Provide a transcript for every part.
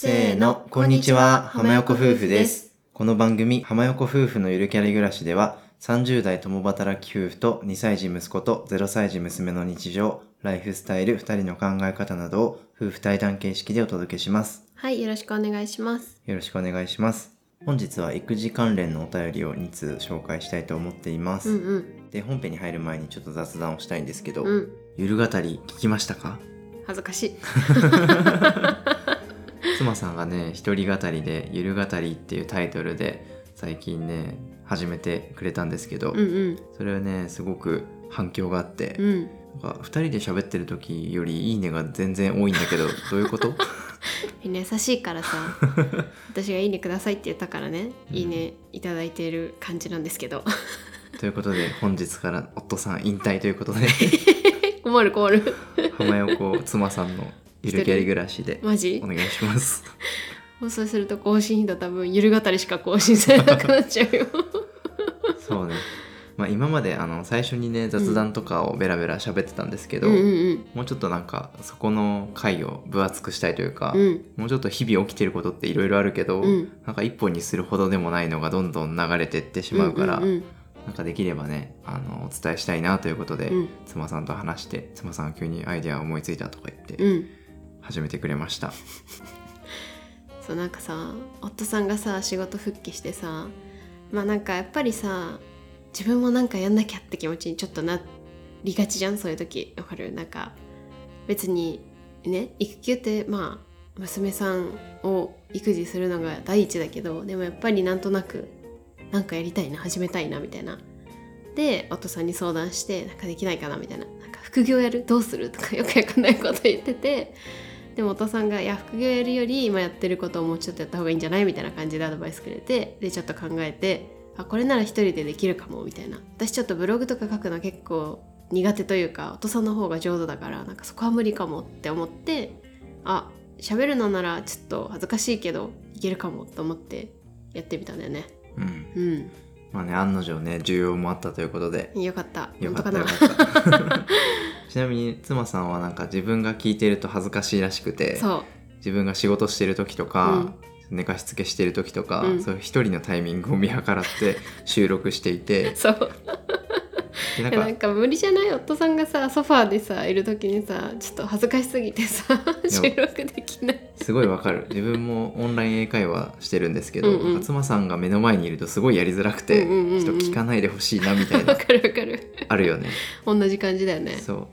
せーの、こんにちは、浜横夫婦です。この番組、浜横夫婦のゆるキャリ暮らしでは、30代共働き夫婦と2歳児息子と0歳児娘の日常、ライフスタイル、2人の考え方などを夫婦対談形式でお届けします。 はい、よろしくお願いします。 よろしくお願いします。本日は育児関連のお便りを2通紹介したいと思っています。で、本編に入る前にちょっと雑談をしたいんですけど、ゆる語り聞きましたか？ 恥ずかしい。 妻さんがね、一人語りでゆる語りっていうタイトルで最近ね始めてくれたんですけど、それはねすごく反響があって、なんか2人で喋ってる時よりいいねが全然多いんだけどどういうこと？ みんな優しいからさ私がいいねくださいって言ったからね、いいねいただいている感じなんですけどということで本日から夫さん引退ということで困る浜横妻さんのゆるキャリ暮らしでお願いします。 そうすると更新頻度多分ゆる語りしか更新されなくなっちゃうよそうね、今まで最初にね雑談とかをベラベラ喋ってたんですけど、もうちょっとなんかそこの回を分厚くしたいというか、もうちょっと日々起きてることっていろいろあるけど、なんか一本にするほどでもないのがどんどん流れてってしまうから、なんかできればねお伝えしたいなということで、妻さんと話して、妻さんが急にアイデアを思いついたとか言って、始めてくれましたそう、なんかさ、夫さんがさ仕事復帰してさ、なんかやっぱりさ自分もなんかやんなきゃって気持ちにちょっとなりがちじゃん、そういう時。わかる？なんか別にね、育休って娘さんを育児するのが第一だけど、でもやっぱりなんとなくなんかやりたいな、始めたいなみたいな。で夫さんに相談して、なんかできないかなみたいな、なんか副業やる？どうする？とかよくわかんないこと言ってて、でも夫さんが、いや副業やるより今やってることをもうちょっとやった方がいいんじゃないみたいな感じでアドバイスくれて、でちょっと考えて、これなら一人でできるかもみたいな。私ちょっとブログとか書くの結構苦手というか、夫さんの方が上手だから、なんかそこは無理かもって思って、喋るのならちょっと恥ずかしいけどいけるかもと思ってやってみたんだよね。 案の定ね需要もあったということでよかった。 よかったちなみに妻さんはなんか自分が聞いてると恥ずかしいらしくて、自分が仕事してる時とか、寝かしつけしてる時とか、そういう一人のタイミングを見計らって収録していてそうなんか無理じゃない？夫さんがさソファーでさいる時にさ、ちょっと恥ずかしすぎてさ収録できない。 すごいわかる。自分もオンライン英会話してるんですけど、妻さんが目の前にいるとすごいやりづらくて、ちょっと聞かないでほしいなみたいなわかるあるよね。 同じ感じだよね。 そう、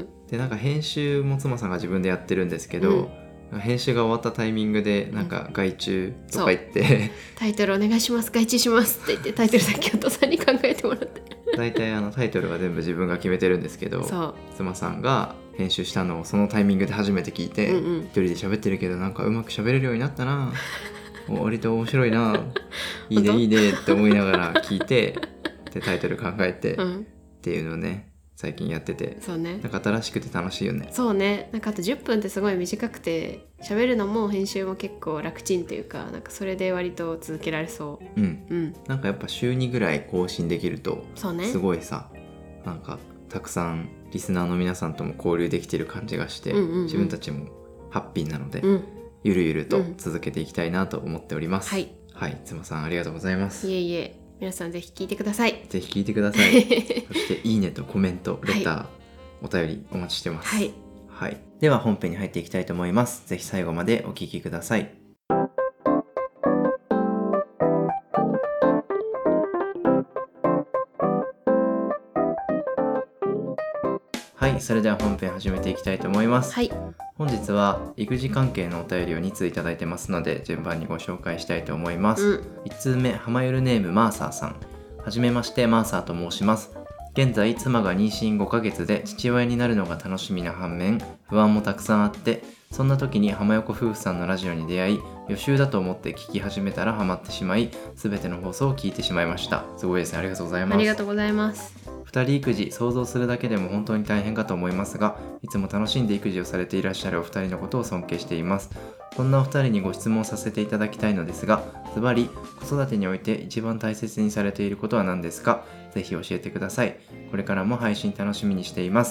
でなんか編集も妻さんが自分でやってるんですけど、編集が終わったタイミングでなんか外注とか言って、 タイトルお願いします、外注しますって言ってタイトルだけ夫さんに考えてもらって大体タイトルは全部自分が決めてるんですけど、妻さんが編集したのをそのタイミングで初めて聞いて、一人で喋ってるけどなんかうまく喋れるようになったな割と面白いないいねいいねって思いながら聞いてでタイトル考えて、っていうのをね最近やってて、 そうね、 なんか新しくて楽しいよね。 そうね、なんかあと10分ってすごい短くて、喋るのも編集も結構楽ちんというか、なんかそれで割と続けられそう。 なんかやっぱ週2ぐらい更新できると、すごいさ、なんかたくさんリスナーの皆さんとも交流できてる感じがして、自分たちもハッピーなので、ゆるゆると続けていきたいなと思っております。はい、妻さんありがとうございます。 いえいえ、皆さんぜひ聞いてください。 ぜひ聞いてくださいそしていいねとコメント、レター、お便りお待ちしてます。では本編に入っていきたいと思います。ぜひ最後までお聞きください。それでは本編始めていきたいと思います。本日は育児関係のお便りを2通いただいてますので、順番にご紹介したいと思います。1通目、浜ゆるネームマーサーさん。はじめまして、マーサーと申します。現在妻が妊娠5ヶ月で父親になるのが楽しみな反面、不安もたくさんあって、そんな時に浜横夫婦さんのラジオに出会い、予習だと思って聞き始めたらハマってしまい、全ての放送を聞いてしまいました。すごいですね。ありがとうございます。 ありがとうございます。 2人育児、想像するだけでも本当に大変かと思いますが、いつも楽しんで育児をされていらっしゃるお二人のことを尊敬しています。そんなお二人にご質問させていただきたいのですが、ズバリ子育てにおいて一番大切にされていることは何ですか？ぜひ教えてください。これからも配信楽しみにしています。と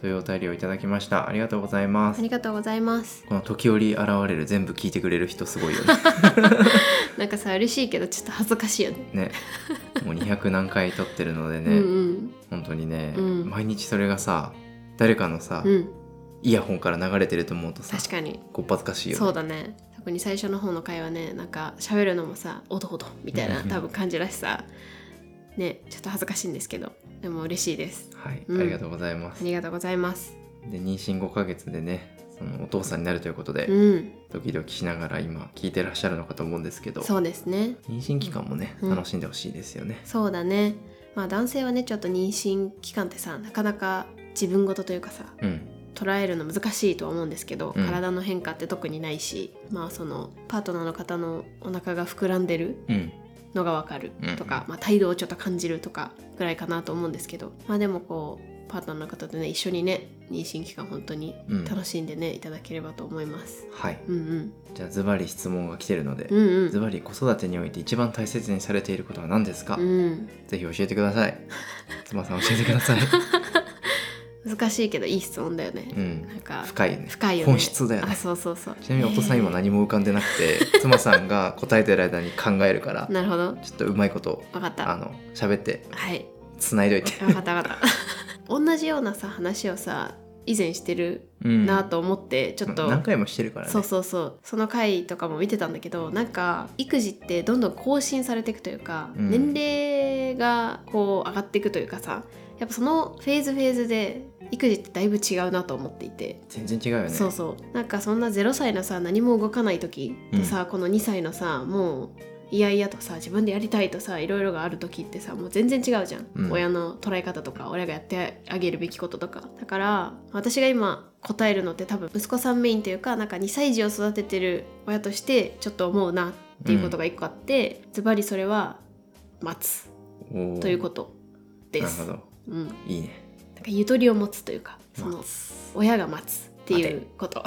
というお便りをいただきました。ありがとうございます。 ありがとうございます。 この時折現れる全部聞いてくれる人すごいよねなんかさ嬉しいけどちょっと恥ずかしいよね。 ね、もう200何回撮ってるのでね本当にね、毎日それがさ誰かのさ、イヤホンから流れてると思うとさ、 確かにこっぱずかしいよね。 そうだね。特に最初の方の回はね、なんか喋るのもさおどおどみたいな多分感じらしさね、ちょっと恥ずかしいんですけど、でも嬉しいです。 はい、ありがとうございます。 ありがとうございます。 で妊娠5ヶ月でね、そのお父さんになるということで、ドキドキしながら今聞いてらっしゃるのかと思うんですけど、 そうですね。 妊娠期間もね、楽しんでほしいですよね。 そうだね。まあ男性はねちょっと妊娠期間ってさなかなか自分事というかさ、捉えるの難しいとは思うんですけど、体の変化って特にないし、まあそのパートナーの方のお腹が膨らんでるのが分かるとか、まあ、態度をちょっと感じるとかぐらいかなと思うんですけど、まあでもこうパートナーの方とね一緒にね妊娠期間本当に楽しんでね、いただければと思います。 はい、じゃあズバリ質問が来てるので、ズバリ子育てにおいて一番大切にされていることは何ですか？ぜひ教えてください。妻さん教えてください。 難しいけどいい質問だよね。なんか深いよね。 深いよね。 本質だよね。 あ、そうそうそう。 ちなみにお父さん今何も浮かんでなくて、妻さんが答えてる間に考えるから。 なるほど。 ちょっとうまいこと分かった。 喋ってはい繋いどいて。 分かった分かった。同じようなさ話をさ以前してるなと思って、ちょっと何回もしてるからね。 そうその回とかも見てたんだけど、なんか育児ってどんどん更新されていくというか、年齢がこう上がっていくというかさ、やっぱそのフェーズで育児ってだいぶ違うなと思っていて。 全然違うよね。 そうなんかそんな0歳のさ何も動かない時とさ、この2歳のさもういやいやとさ自分でやりたいとさいろいろがある時ってさもう全然違うじゃん、親の捉え方とか親がやってあげるべきこととか。だから私が今答えるのって多分息子さんメインというか、なんか2歳児を育ててる親としてちょっと思うなっていうことが1個あって、ズバリそれは待つということです。 なるほど、いいね。 なんかゆとりを持つというか、その親が待つっていうこと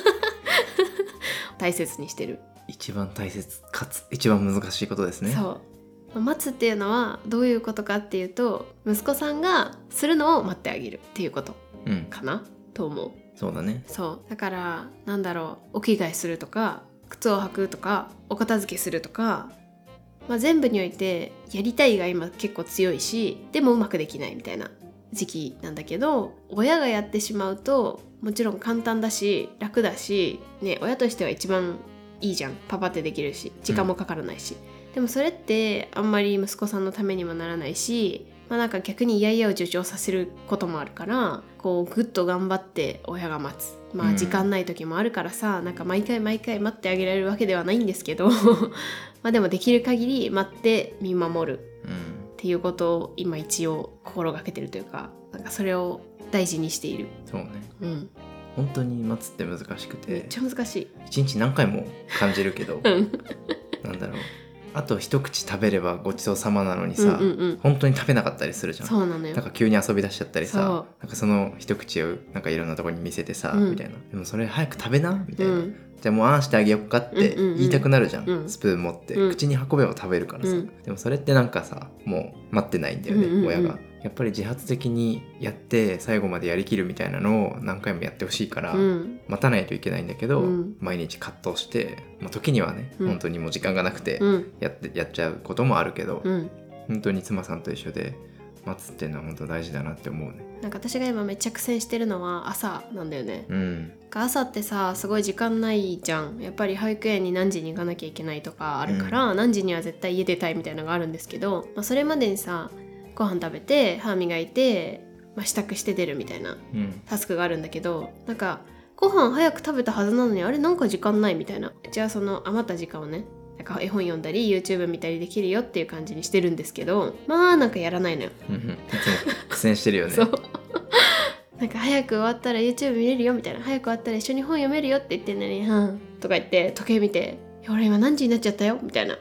大切にしてる。 一番大切かつ一番難しいことですね。 そう待つっていうのはどういうことかっていうと、息子さんがするのを待ってあげるっていうことかな、と思う。 そうだね。 そうだからなんだろう、お着替えするとか靴を履くとかお片付けするとか、まあ、全部においてやりたいが今結構強いし、でもうまくできないみたいな時期なんだけど、親がやってしまうともちろん簡単だし楽だし、ね、親としては一番いいじゃん。パパってできるし時間もかからないし、でもそれってあんまり息子さんのためにもならないし、まあなんか逆にイヤイヤを助長させることもあるから、こうグッと頑張って親が待つ。まあ時間ない時もあるからさ、なんか毎回待ってあげられるわけではないんですけどまあでもできる限り待って見守るっていうことを今一応心がけてるというか、なんかそれを大事にしている。 そうね。本当に待つって難しくてめっちゃ難しい。 一日何回も感じるけどなんだろう、あと一口食べればごちそうさまなのにさ、本当に食べなかったりするじゃん。 そうなのよ。 なんか急に遊び出しちゃったりさ、なんかその一口をなんかいろんなところに見せてさ、みたいな。でもそれ早く食べなみたいな、じゃあもうあんしてあげよっかって言いたくなるじゃん、スプーン持って、口に運べば食べるからさ、でもそれってなんかさもう待ってないんだよね、親が。やっぱり自発的にやって最後までやりきるみたいなのを何回もやってほしいから、待たないといけないんだけど、毎日葛藤して、時にはね、本当にもう時間がなくてやっちゃうこともあるけど、本当に妻さんと一緒で待つっていうのは本当大事だなって思うね。 なんか私が今めっちゃ苦戦してるのは朝なんだよね。朝ってさすごい時間ないじゃん。やっぱり保育園に何時に行かなきゃいけないとかあるから、何時には絶対家出たいみたいなのがあるんですけど、それまでにさご飯食べて歯磨いて、支度して出るみたいなタスクがあるんだけど、なんかご飯早く食べたはずなのにあれなんか時間ないみたいな。じゃあその余った時間をね、なんか絵本読んだり YouTube 見たりできるよっていう感じにしてるんですけど、なんかやらないのよ。いつも苦戦してるよね。 そうなんか早く終わったら YouTube 見れるよみたいな、早く終わったら一緒に本読めるよって言ってんのにとか言って時計見て、俺今何時になっちゃったよみたいな、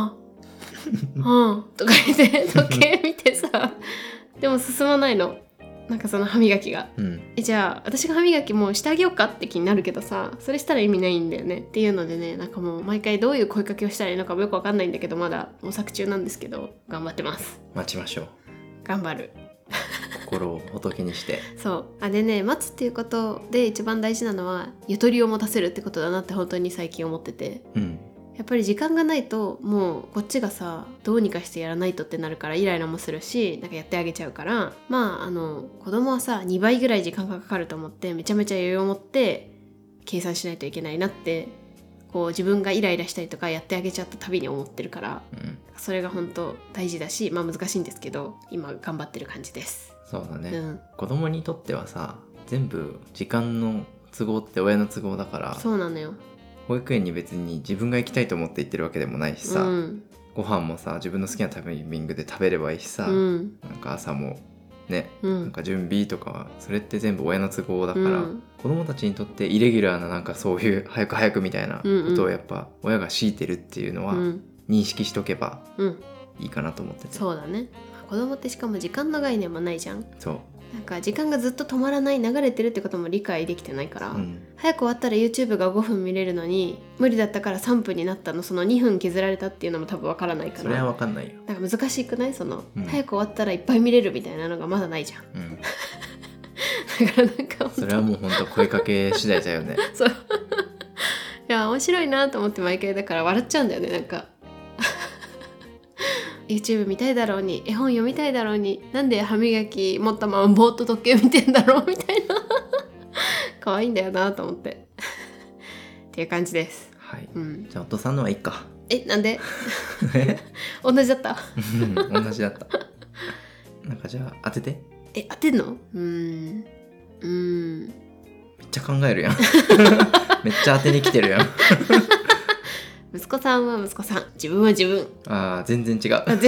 とか言って時計見てさでも進まないの。なんかその歯磨きが、じゃあ私が歯磨きもうしてあげようかって気になるけどさ、それしたら意味ないんだよねっていうのでね、なんかもう毎回どういう声かけをしたらいいのかもよくわかんないんだけど、まだ模索中なんですけど頑張ってます。 待ちましょう。 頑張る心をおときにしてそうでね、待つっていうことで一番大事なのはゆとりを持たせるってことだなって本当に最近思ってて、やっぱり時間がないともうこっちがさどうにかしてやらないとってなるからイライラもするし、なんかやってあげちゃうから、子供はさ2倍ぐらい時間がかかると思ってめちゃめちゃ余裕を持って計算しないといけないなって、こう自分がイライラしたりとかやってあげちゃったたびに思ってるから、それが本当大事だし、難しいんですけど今頑張ってる感じです。 そうだね、子供にとってはさ全部時間の都合って親の都合だから。 そうなのよ。 保育園に別に自分が行きたいと思って行ってるわけでもないしさ、ご飯もさ自分の好きなタイミングで食べればいいしさ、なんか朝もね、なんか準備とかはそれって全部親の都合だから、子供たちにとってイレギュラーななんかそういう早く早くみたいなことをやっぱ親が強いてるっていうのは認識しとけばいいかなと思ってて、 そうだね。子供ってしかも時間の概念もないじゃん。 そうなんか時間がずっと止まらない流れてるってことも理解できてないから、早く終わったら YouTube が5分見れるのに無理だったから3分になったの、その2分削られたっていうのも多分わからないから。 それはわかんないよ。 なんか難しくない？その、早く終わったらいっぱい見れるみたいなのがまだないじゃん、だからなんかそれはもうほんと声かけ次第だよねそういや面白いなと思って毎回だから笑っちゃうんだよね。なんかYouTube 見たいだろうに、絵本読みたいだろうに、なんで歯磨き持ったままぼーっと時計見てんだろうみたいな可愛いんだよなと思ってっていう感じです。 はい、じゃあお父さんのはいいか。 なんで同じだった同じだったなんかじゃあ当てて。 当てんの？めっちゃ考えるやんめっちゃ当てに来てるやん息子さんは息子さん、自分は自分。 全然違う全然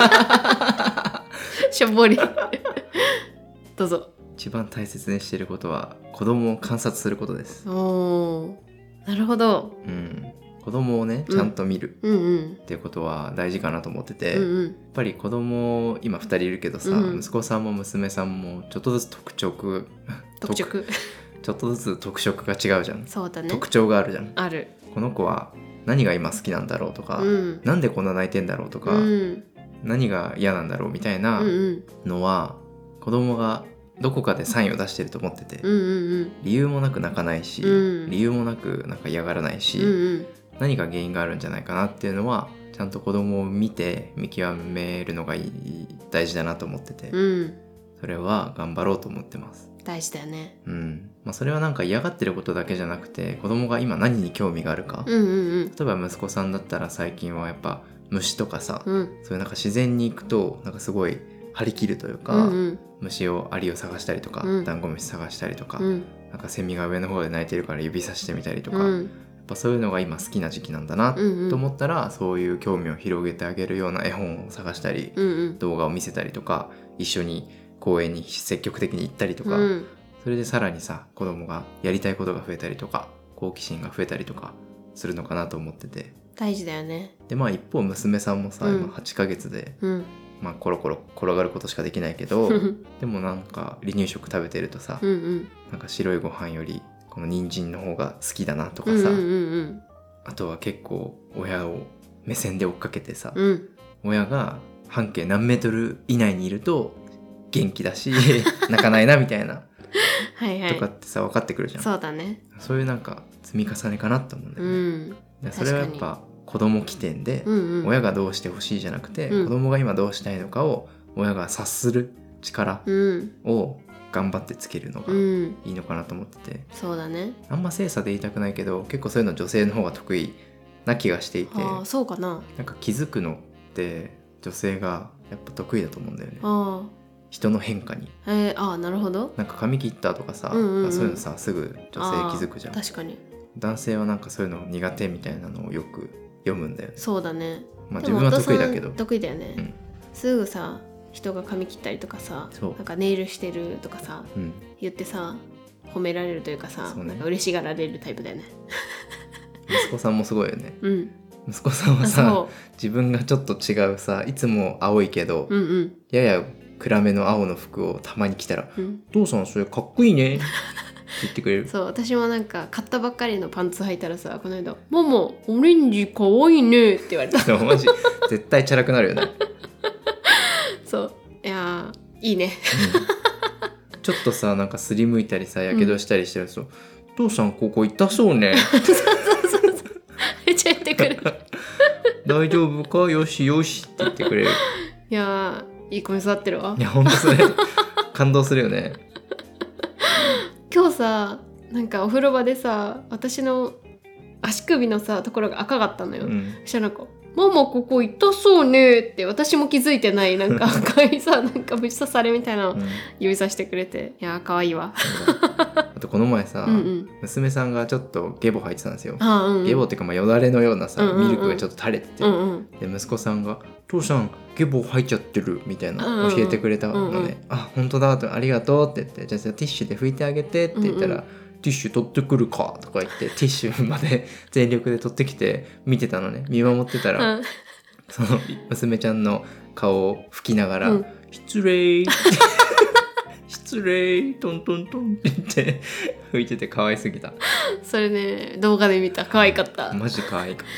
しょぼりどうぞ。 一番大切にしていることは子供を観察することです。 なるほど。 子供をねちゃんと見るっていうことは大事かなと思ってて、やっぱり子供今2人いるけどさ、息子さんも娘さんもちょっとずつちょっとずつ特色が違うじゃん。 そうだね。 特徴があるじゃん。 ある。 この子は何が今好きなんだろうとか、なんでこんな泣いてんだろうとか、何が嫌なんだろうみたいなのは、子供がどこかでサインを出してると思ってて、理由もなく泣かないし、理由もなくなんか嫌がらないし、何が原因があるんじゃないかなっていうのはちゃんと子供を見て見極めるのが大事だなと思ってて、それは頑張ろうと思ってます。 大事だよね。 それはなんか嫌がってることだけじゃなくて、子供が今何に興味があるか、例えば息子さんだったら最近はやっぱ虫とかさ、そういうなんか自然に行くとなんかすごい張り切るというか、アリを探したりとか、ダンゴムシ探したりとか、なんかセミが上の方で鳴いてるから指さしてみたりとか、やっぱそういうのが今好きな時期なんだなと思ったら、そういう興味を広げてあげるような絵本を探したり、動画を見せたりとか、一緒に公園に積極的に行ったりとか、それでさらにさ子供がやりたいことが増えたりとか好奇心が増えたりとかするのかなと思ってて、 大事だよね。 で一方娘さんもさ、今8ヶ月で、コロコロ転がることしかできないけどでもなんか離乳食食べてるとさ、なんか白いご飯よりこの人参の方が好きだなとかさ、あとは結構親を目線で追っかけてさ、親が半径何メートル以内にいると元気だし泣かないなみたいなとかってさ分かってくるじゃん。 そうだね。 そういうなんか積み重ねかなと思うんだよね。それはやっぱ子供起点で、親がどうしてほしいじゃなくて、子供が今どうしたいのかを親が察する力を頑張ってつけるのがいいのかなと思ってて、 そうだね。 あんま精査で言いたくないけど結構そういうの女性の方が得意な気がしていて、 そうかな。 なんか気づくのって女性がやっぱ得意だと思うんだよね。人の変化に。 なるほど。 なんか髪切ったとかさ、そういうのさすぐ女性気づくじゃん。 確かに。 男性はなんかそういうの苦手みたいなのをよく読むんだよね。 そうだね。 自分は得意だけど。 得意だよね、すぐさ人が髪切ったりとかさ、なんかネイルしてるとかさ、言ってさ褒められるというかさ、なんか嬉しがられるタイプだよね息子さんもすごいよね。息子さんはさ自分がちょっと違うさ、いつも青いけど、やや暗めの青の服をたまに着たら、父さんそれかっこいいねって言ってくれる。 そう、私もなんか買ったばっかりのパンツ履いたらさ、この間ママオレンジかわいいねって言われたマジ絶対チャラくなるよねそう、いやいいね、 ちょっとさなんかすりむいたりさやけどしたりしてると、父さんここ痛そうねそうめっちゃ言ってくる大丈夫かよしよしって言ってくれる。 いやいい子に育ってるわ。 いやほんとそれ感動するよね。 今日さなんかお風呂場でさ私の足首のさところが赤かったのよ、そしたらなんかママここ痛そうねって私も気づいてないなんか赤いさなんかぶち刺されみたいなの指さしてくれて、いや可愛いわあとこの前さ、娘さんがちょっとゲボ吐いてたんですよ。ゲボっていうかよだれのようなさ、ミルクがちょっと垂れてて、で息子さんが父さんゲボ吐いちゃってるみたいな教えてくれたので、あ本当だとありがとうって言って、じゃあティッシュで拭いてあげてって言ったら、ティッシュ取ってくるかとか言ってティッシュまで全力で取ってきて見てたのね。見守ってたら、その娘ちゃんの顔を拭きながら、失礼失礼トントントンって言って拭いてて可愛すぎた。 それね動画で見た。可愛かった。 マジ可愛かった。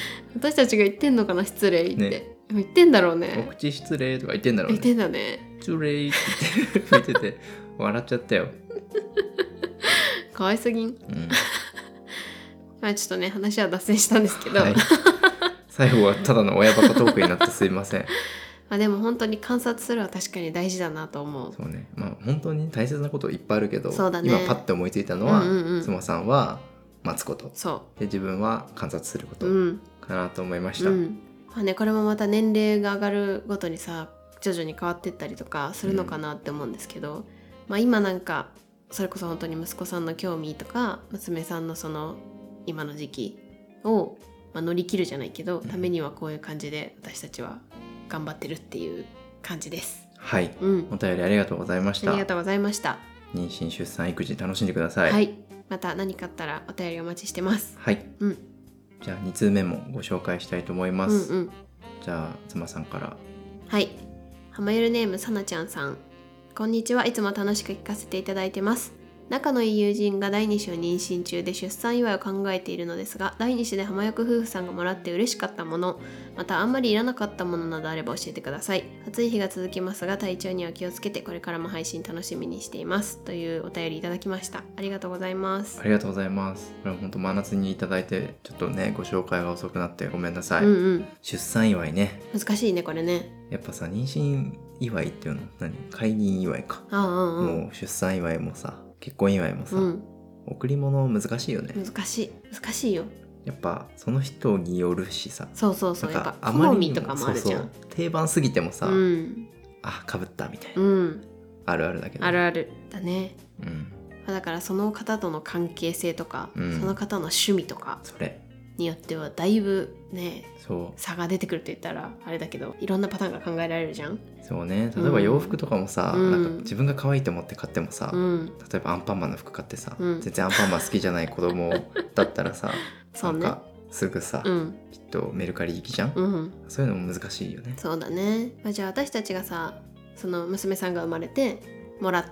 私たちが言ってんのかな失礼って、ね、言ってんだろうね。 お口失礼とか言ってんだろうね。 言ってんだね。 失礼って言って拭いてて笑っちゃったよ。 可愛すぎん、まあちょっとね話は脱線したんですけど、はい、 最後はただの親バカトークになってすいません。 まあでも本当に観察するは確かに大事だなと思う。 そうね、まあ本当に大切なこといっぱいあるけど、 そうだね、 今パッて思いついたのは、妻さんは待つこと、 そうで自分は観察することかなと思いました。 まあね、これもまた年齢が上がるごとにさ徐々に変わっていったりとかするのかなって思うんですけど、まあ今なんかそれこそ本当に息子さんの興味とか娘さんのその今の時期を、乗り切るじゃないけどためにはこういう感じで私たちは頑張ってるっていう感じです。 はい、お便りありがとうございました。 ありがとうございました。 妊娠出産育児楽しんでください。 はい、また何かあったらお便りお待ちしてます。 はい、じゃあ2通目もご紹介したいと思います。じゃあ妻さんから。 はい、浜ゆるネームさなちゃんさん、こんにちは。いつも楽しく聞かせていただいてます。仲のいい友人が第2子を妊娠中で出産祝いを考えているのですが、第2子で浜役夫婦さんがもらって嬉しかったもの、またあんまりいらなかったものなどあれば教えてください。暑い日が続きますが体調には気をつけてこれからも配信楽しみにしています、というお便りいただきました。ありがとうございます。 ありがとうございます。これ本当真夏にいただいてちょっとねご紹介が遅くなってごめんなさい。出産祝いね、 難しいねこれね。 やっぱさ妊娠祝いっていうの解任祝いか、もう出産祝いもさ結婚祝いもさ、贈り物難しいよね。 難しいよ。 やっぱその人によるしさ、 そうやっぱ好みとかもあるじゃん。 定番すぎてもさ、あかぶったみたいな、あるあるだけど、 あるあるだね。だからその方との関係性とか、その方の趣味とかそれによってはだいぶね差が出てくると言ったらあれだけど、いろんなパターンが考えられるじゃん。 そうね、例えば洋服とかもさ、なんか自分が可愛いと思って買ってもさ、例えばアンパンマンの服買ってさ、全然アンパンマン好きじゃない子供だったらさなんかすぐさ、きっとメルカリ行きじゃん、そういうのも難しいよね。 そうだね。じゃあ私たちがさその娘さんが生まれてもらって、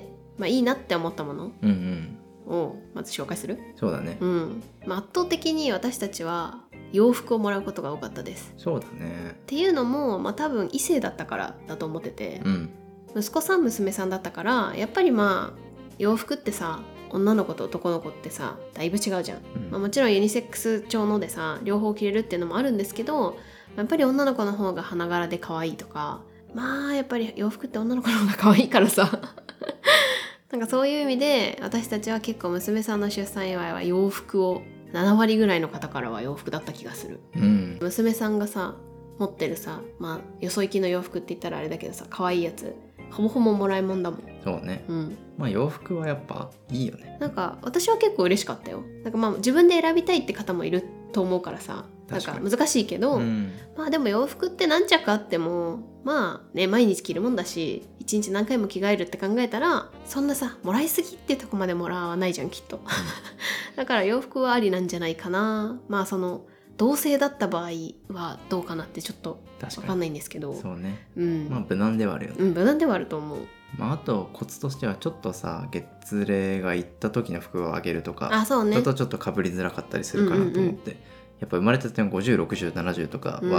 いいなって思ったものをまず紹介する。 そうだね。 圧倒的に私たちは洋服をもらうことが多かったです。 そうだね。 っていうのも、多分異性だったからだと思ってて、息子さん娘さんだったからやっぱり洋服ってさ女の子と男の子ってさだいぶ違うじゃん。もちろんユニセックス調のでさ両方着れるっていうのもあるんですけど、やっぱり女の子の方が花柄で可愛いとか、やっぱり洋服って女の子の方が可愛いからさなんかそういう意味で私たちは結構娘さんの出産祝いは洋服を7割ぐらいの方からは洋服だった気がする。娘さんがさ持ってるさ、よそ行きの洋服って言ったらあれだけどさ可愛いやつほぼほぼもらいもんだもん。 そうね。洋服はやっぱいいよね。 なんか私は結構嬉しかったよ。なんか自分で選びたいって方もいると思うからさ、なんか難しいけど、でも洋服って何着あっても毎日着るもんだし1日何回も着替えるって考えたらそんなさもらいすぎってとこまでもらわないじゃんきっとだから洋服はありなんじゃないかな。その同性だった場合はどうかなってちょっと分かんないんですけど。 そうね。無難ではあるよね。 無難ではあると思う。 あとコツとしてはちょっとさ月齢がいった時の服をあげるとか、 そうね、 だとちょっとかぶりづらかったりするかなと思って、やっぱ生まれたての50、60、70とかは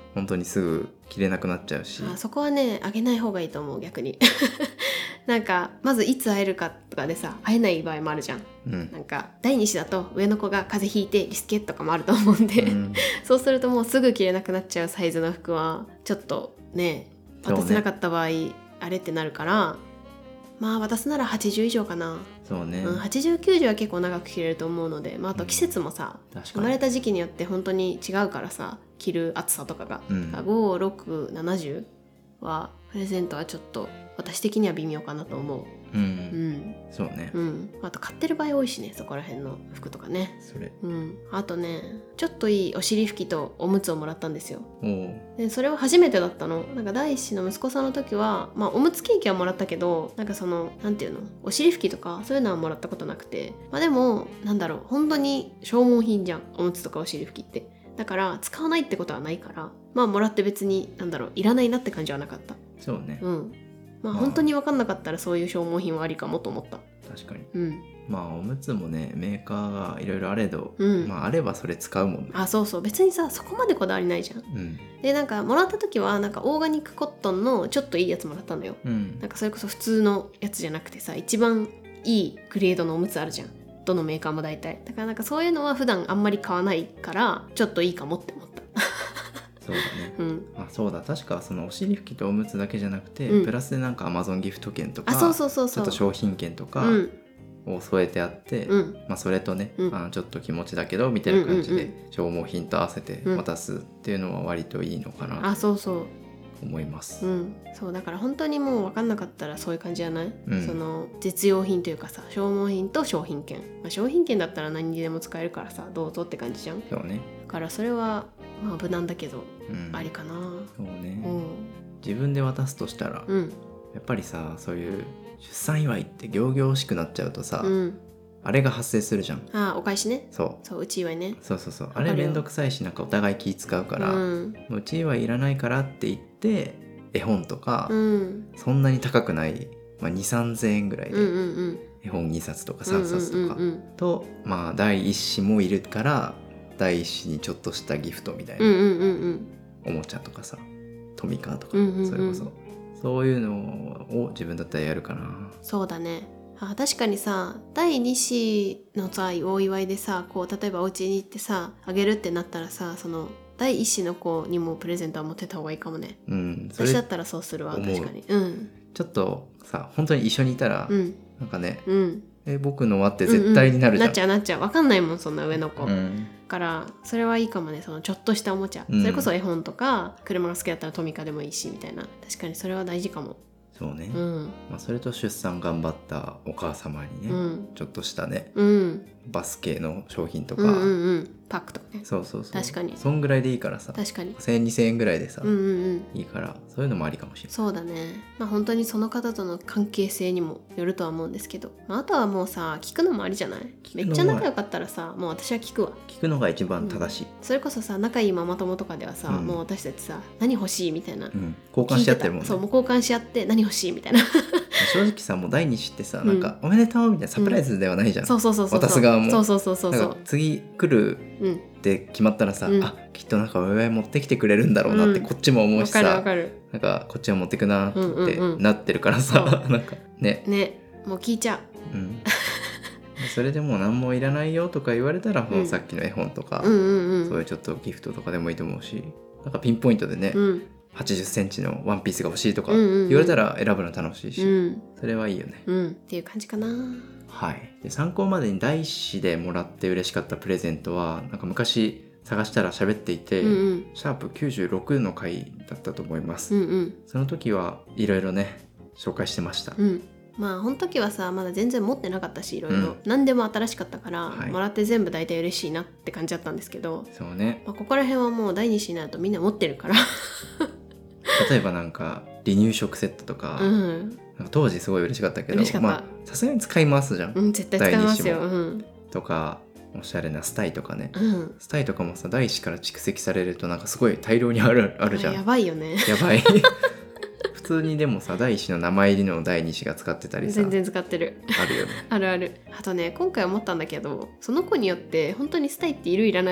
本当にすぐ着れなくなっちゃうし、 そこはねあげない方がいいと思う逆になんかまずいつ会えるかとかでさ会えない場合もあるじゃん、なんか第2子だと上の子が風邪ひいてリスケとかもあると思うんで、そうするともうすぐ着れなくなっちゃうサイズの服はちょっとね渡せなかった場合、あれってなるから、まあ渡すなら80以上かな。 そうね、 80、90は結構長く着れると思うので、あと季節もさ、生まれた時期によって本当に違うからさ、着る厚さとかが、5、6、70はプレゼントはちょっと私的には微妙かなと思う。 そうね、 あと買ってる場合多いしね、そこら辺の服とかね。 それ、 あとねちょっといいお尻拭きとおむつをもらったんですよ。でそれは初めてだったの。なんか第一子の息子さんの時は、おむつケーキはもらったけど、なんかそのなんていうの、お尻拭きとかそういうのはもらったことなくて、でもなんだろう、本当に消耗品じゃん、おむつとかお尻拭きって。だから使わないってことはないから、もらって別になんだろう、いらないなって感じはなかった。 そうね、 本当に分かんなかったらそういう消耗品はありかもと思った。 確かに、おむつもねメーカーがいろいろあれど、あればそれ使うもんね。 そう別にさそこまでこだわりないじゃん、でなんかもらった時はなんかオーガニックコットンのちょっといいやつもらったのよ、なんかそれこそ普通のやつじゃなくてさ、一番いいグレードのおむつあるじゃん、どのメーカーも大体。だからなんかそういうのは普段あんまり買わないからちょっといいかもって思った。 そうだね、そうだ、確かそのお尻拭きとおむつだけじゃなくて、プラスでなんか Amazon ギフト券とかちょっと商品券とかを添えてあって、それとね、ちょっと気持ちだけどみたいな感じで消耗品と合わせて渡すっていうのは割といいのかなと思います。 そうだから本当にもう分かんなかったらそういう感じじゃない、その実用品というかさ、消耗品と商品券、商品券だったら何にでも使えるからさ、どうぞって感じじゃん。 そうね、 だからそれは無難だけど、ありかな。 そうね、自分で渡すとしたら、やっぱりさ、そういう出産祝いって仰々しくなっちゃうとさ、あれが発生するじゃん。 お返しね。 そううち祝いね。 そうあれめんどくさいし、なんかお互い気使うから、うち祝いいらないからって言って絵本とか、そんなに高くない、2,3000円ぐらいで、絵本2冊とか3冊とか、と第一子もいるから第一子にちょっとしたギフトみたいな、おもちゃとかさ、トミカとか、それこそそういうのを自分だったらやるかな。 そうだね。確かにさ、第2子のさお祝いでさ、こう例えばお家に行ってさあげるってなったらさ、その第1子の子にもプレゼントは持ってた方がいいかもね。私だったらそうするわ。確かに、 ちょっとさ、本当に一緒にいたら、なんかね、僕のはって絶対になるじゃん。 なっちゃう分かんないもん、そんな上の子、からそれはいいかもね。そのちょっとしたおもちゃ、それこそ絵本とか車が好きだったらトミカでもいいしみたいな。確かにそれは大事かも。 そうね、それと出産頑張ったお母様にね、ちょっとしたね、バス系の商品とか、 パックとかね。 そう確かにそんぐらいでいいからさ、 確かに 1000円2000円ぐらいでさ、いいから、そういうのもありかもしれない。 そうだね。本当にその方との関係性にもよるとは思うんですけど、あとはもうさ、聞くのもありじゃない。めっちゃ仲良かったらさ、もう私は聞くわ。 聞くのが一番正しい、 それこそさ、仲いいママ友とかではさ、もう私たちさ、何欲しいみたいな、 交換し合ってるもんね。 そう、もう交換し合って何欲しいみたいな正直さ、もう第二子ってさ、なんかおめでとうみたいなサプライズではないじゃん、 そう渡す側も。 そう次来るって決まったらさ、きっとなんかお祝い持ってきてくれるんだろうなってこっちも思うしさ、なんかこっちは持ってくなってなってるからさ、なんかねもう聞いちゃう。 それでもう何もいらないよとか言われたら、もうさっきの絵本とか、そういうちょっとギフトとかでもいいと思うし、なんかピンポイントでね、80センチのワンピースが欲しいとか言われたら選ぶの楽しいし、それはいいよね、 っていう感じかな。 はい。で、参考までに第一子でもらって嬉しかったプレゼントは、なんか昔探したら喋っていて、シャープ96の回だったと思います、その時はいろいろね紹介してました。 この時はさ、まだ全然持ってなかったし、いろいろ何でも新しかったから、もらって全部大体嬉しいなって感じだったんですけど、 そうね、 ここら辺はもう第二子になるとみんな持ってるから例えばなんか離乳食セットとか、当時すごい嬉しかったけど、さすがに使いますじゃん、 絶対使いますよ、 とかおしゃれなスタイとかね、スタイとかもさ、第一子から蓄積されるとなんかすごい大量にあるじゃん。 やばいよね。 やばい普通にでもさ、第一子の名前入りの第二子が使ってたりさ、 全然使ってる。 あるよねある。あとね、今回思ったんだけど、その子によって本当にスタイっているいらないっ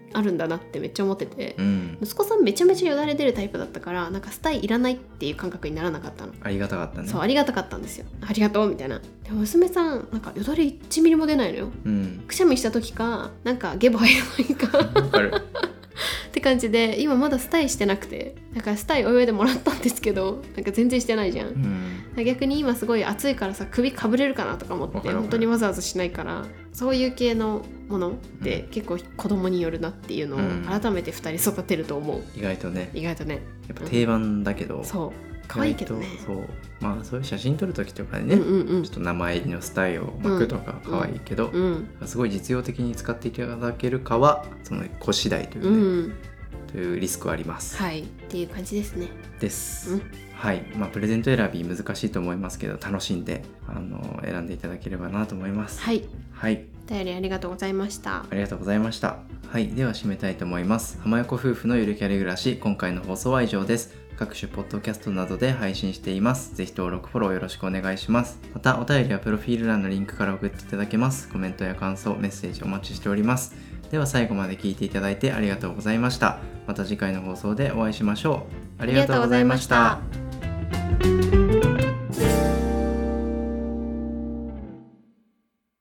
あるんだなってめっちゃ思ってて、 うん、 息子さんめちゃめちゃよだれ出るタイプだったから、なんかスタイいらないっていう感覚にならなかったの。 ありがたかったね。 そう、ありがたかったんですよ。ありがとうみたいな。でも娘さんなんかよだれ1ミリも出ないのよ、 うん、 くしゃみした時かなんかゲボ吐いた時かわかるって感じで、今まだスタイしてなくて、だからスタイお祝いでもらったんですけど、なんか全然してないじゃん、 うん、 逆に今すごい暑いからさ、首かぶれるかなとか思って本当にわざわざしないから、そういう系のものって結構子供によるなっていうのを改めて2人育てると思う、 意外とね。 意外とね、 やっぱ定番だけど、 そう可愛いけどね。 そう、まあそういう写真撮る時とかでね、ちょっと名前入りのスタイを巻くとか可愛いけど、すごい実用的に使っていただけるかはその子次第というね、というリスクはあります。 はい、っていう感じですね。 です。はい、まあプレゼント選び難しいと思いますけど、楽しんで選んでいただければなと思います。 はい。 はい。 お便りありがとうございました。 ありがとうございました。はい、では締めたいと思います。浜横夫婦のゆるキャリ暮らし、今回の放送は以上です。各種ポッドキャストなどで配信しています。ぜひ登録フォローよろしくお願いします。またお便りはプロフィール欄のリンクから送っていただけます。コメントや感想、メッセージお待ちしております。では最後まで聞いていただいてありがとうございました。また次回の放送でお会いしましょう。ありがとうございました。